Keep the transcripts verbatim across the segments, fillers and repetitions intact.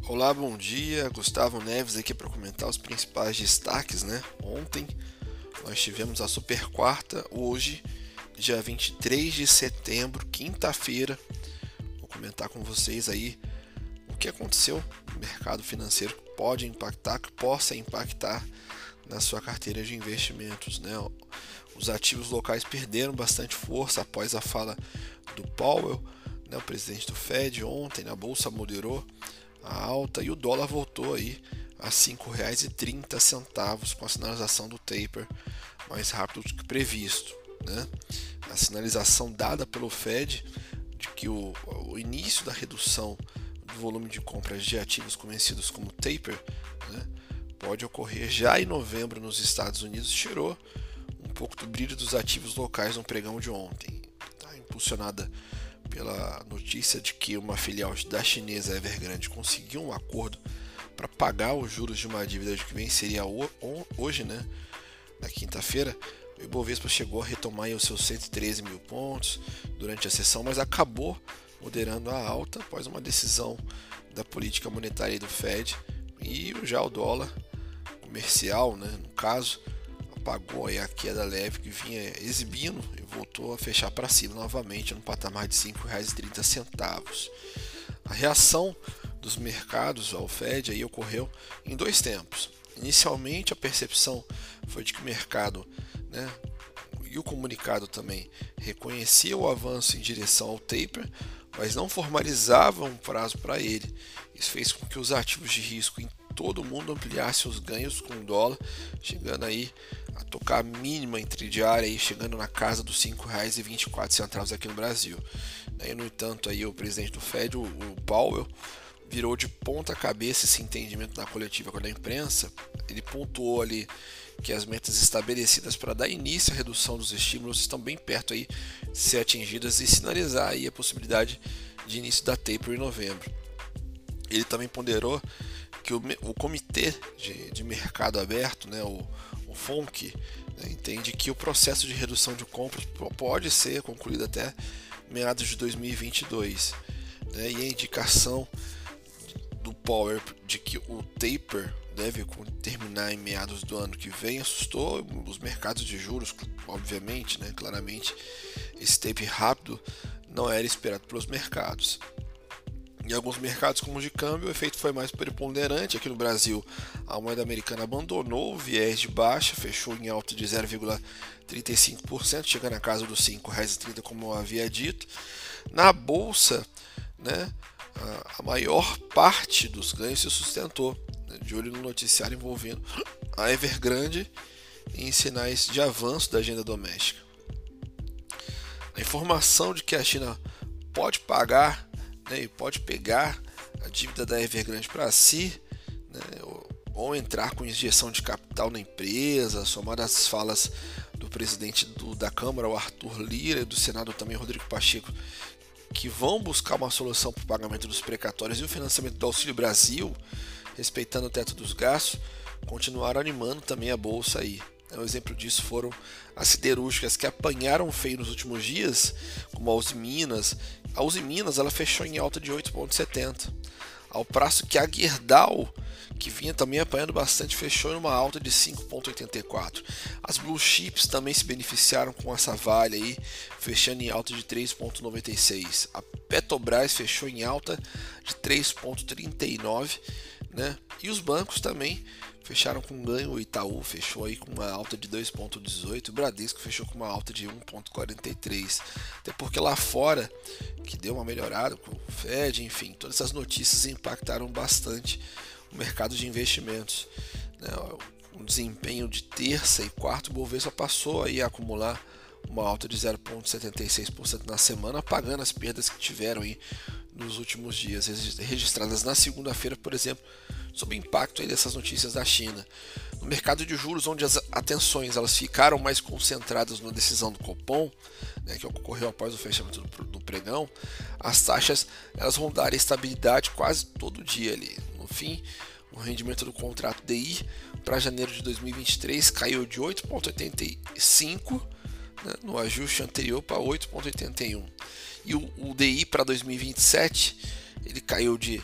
Olá, bom dia. Gustavo Neves aqui para comentar os principais destaques, né? Ontem nós tivemos a super quarta, hoje, dia vinte e três de setembro, quinta-feira. Vou comentar com vocês aí o que aconteceu no mercado financeiro que pode impactar, que possa impactar na sua carteira de investimentos, né? Os ativos locais perderam bastante força após a fala do Powell, né, o presidente do Fed. Ontem a bolsa moderou a alta e o dólar voltou aí a cinco reais e trinta centavos com a sinalização do taper mais rápido do que previsto, né? A sinalização dada pelo Fed de que o, o início da redução do volume de compras de ativos conhecidos como taper, né, pode ocorrer já em novembro nos Estados Unidos, tirou um pouco do brilho dos ativos locais no pregão de ontem, tá? Impulsionada pela notícia de que uma filial da chinesa Evergrande conseguiu um acordo para pagar os juros de uma dívida que venceria hoje, né, na quinta-feira. O Ibovespa chegou a retomar os seus cento e treze mil pontos durante a sessão, mas acabou moderando a alta após uma decisão da política monetária do Fed, e já o dólar comercial, né, no caso, apagou aí a queda leve que vinha exibindo e voltou a fechar para cima novamente no patamar de cinco reais e trinta centavos. A reação dos mercados ao Fed aí ocorreu em dois tempos. Inicialmente a percepção foi de que o mercado, né, e o comunicado também reconhecia o avanço em direção ao taper, mas não formalizava um prazo para ele. Isso fez com que os ativos de risco em todo mundo ampliasse os ganhos com o dólar, chegando aí a tocar a mínima interdiária, aí, chegando na casa dos cinco reais e vinte e quatro centavos aqui no Brasil. E, no entanto, aí, o presidente do Fed, o, o Powell, virou de ponta cabeça esse entendimento na coletiva com a imprensa. Ele pontuou ali que as metas estabelecidas para dar início à redução dos estímulos estão bem perto aí de ser atingidas e sinalizar aí a possibilidade de início da taper em novembro. Ele também ponderou que o, o Comitê de, de Mercado Aberto, né, o, o F O N C, né, entende que o processo de redução de compras pode ser concluído até meados de dois mil e vinte e dois, né, e a indicação do Powell de que o taper deve terminar em meados do ano que vem assustou os mercados de juros, obviamente, né, claramente esse taper rápido não era esperado pelos mercados. Em alguns mercados como o de câmbio, o efeito foi mais preponderante. Aqui no Brasil, a moeda americana abandonou o viés de baixa, fechou em alta de zero vírgula trinta e cinco por cento, chegando na casa dos cinco reais e trinta centavos, como eu havia dito. Na bolsa, né, a maior parte dos ganhos se sustentou, né, de olho no noticiário envolvendo a Evergrande em sinais de avanço da agenda doméstica. A informação de que a China pode pagar, né, e pode pegar a dívida da Evergrande para si, né, ou, ou entrar com injeção de capital na empresa, somado às falas do presidente do, da Câmara, o Arthur Lira, e do Senado também, Rodrigo Pacheco, que vão buscar uma solução para o pagamento dos precatórios e o financiamento do Auxílio Brasil, respeitando o teto dos gastos, continuaram animando também a bolsa aí. Um exemplo disso foram as siderúrgicas que apanharam feio nos últimos dias, como a Uzi Minas. A Uzi Minas ela fechou em alta de oito vírgula setenta, ao passo que a Gerdau, que vinha também apanhando bastante, fechou em uma alta de cinco vírgula oitenta e quatro. As Blue Chips também se beneficiaram com essa Vale aí, fechando em alta de três vírgula noventa e seis. A Petrobras fechou em alta de três vírgula trinta e nove, né? E os bancos também fecharam com ganho. O Itaú fechou aí com uma alta de dois vírgula dezoito, o Bradesco fechou com uma alta de um vírgula quarenta e três. Até porque lá fora, que deu uma melhorada com o Fed, enfim, todas essas notícias impactaram bastante o mercado de investimentos, né? O desempenho de terça e quarta, o Bovespa passou aí a acumular uma alta de zero vírgula setenta e seis por cento na semana, apagando as perdas que tiveram aí nos últimos dias, registradas na segunda-feira, por exemplo, sob impacto aí dessas notícias da China. No mercado de juros, onde as atenções elas ficaram mais concentradas na decisão do Copom, né, que ocorreu após o fechamento do, do pregão, as taxas elas rondaram estabilidade quase todo dia ali. No fim, o rendimento do contrato D I para janeiro de dois mil e vinte e três caiu de oito vírgula oitenta e cinco, né, no ajuste anterior, para oito vírgula oitenta e um. E o, o D I para dois mil e vinte e sete ele caiu de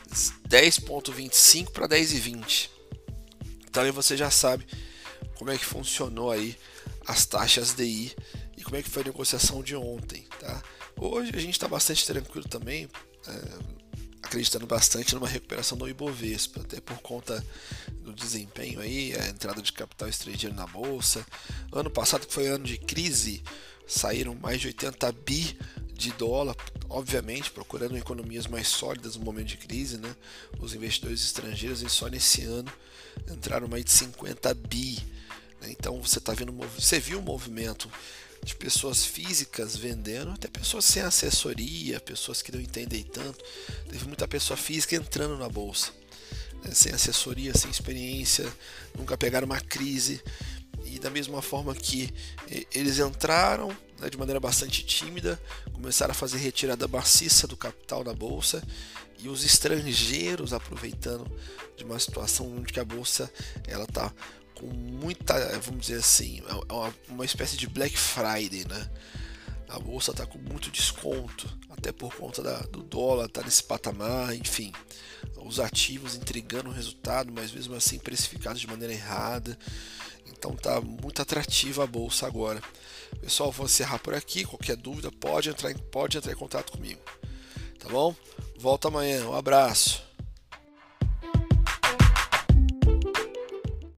dez vírgula vinte e cinco para dez vírgula vinte. Então aí você já sabe como é que funcionou aí as taxas D I e como é que foi a negociação de ontem, tá? Hoje a gente está bastante tranquilo também, é, acreditando bastante numa recuperação do Ibovespa, até por conta do desempenho aí, a entrada de capital estrangeiro na bolsa. Ano passado, que foi ano de crise, saíram mais de oitenta bi de dólar, obviamente procurando economias mais sólidas no momento de crise, né? Os investidores estrangeiros só nesse ano entraram mais de cinquenta bi, né? Então você tá vendo, você viu o movimento de pessoas físicas vendendo, até pessoas sem assessoria, pessoas que não entendem tanto. Teve muita pessoa física entrando na bolsa, né? Sem assessoria, sem experiência, nunca pegaram uma crise. E da mesma forma que eles entraram, né, de maneira bastante tímida, começaram a fazer retirada maciça do capital da bolsa, e os estrangeiros aproveitando de uma situação onde a bolsa ela está com muita, vamos dizer assim, é uma, uma espécie de Black Friday, né? A bolsa está com muito desconto, até por conta da, do dólar tá nesse patamar, enfim, os ativos entregando o resultado, mas mesmo assim precificados de maneira errada. Então tá muito atrativa a bolsa agora. Pessoal, vou encerrar por aqui. Qualquer dúvida pode entrar em, pode entrar em contato comigo, tá bom? Volto amanhã. Um abraço.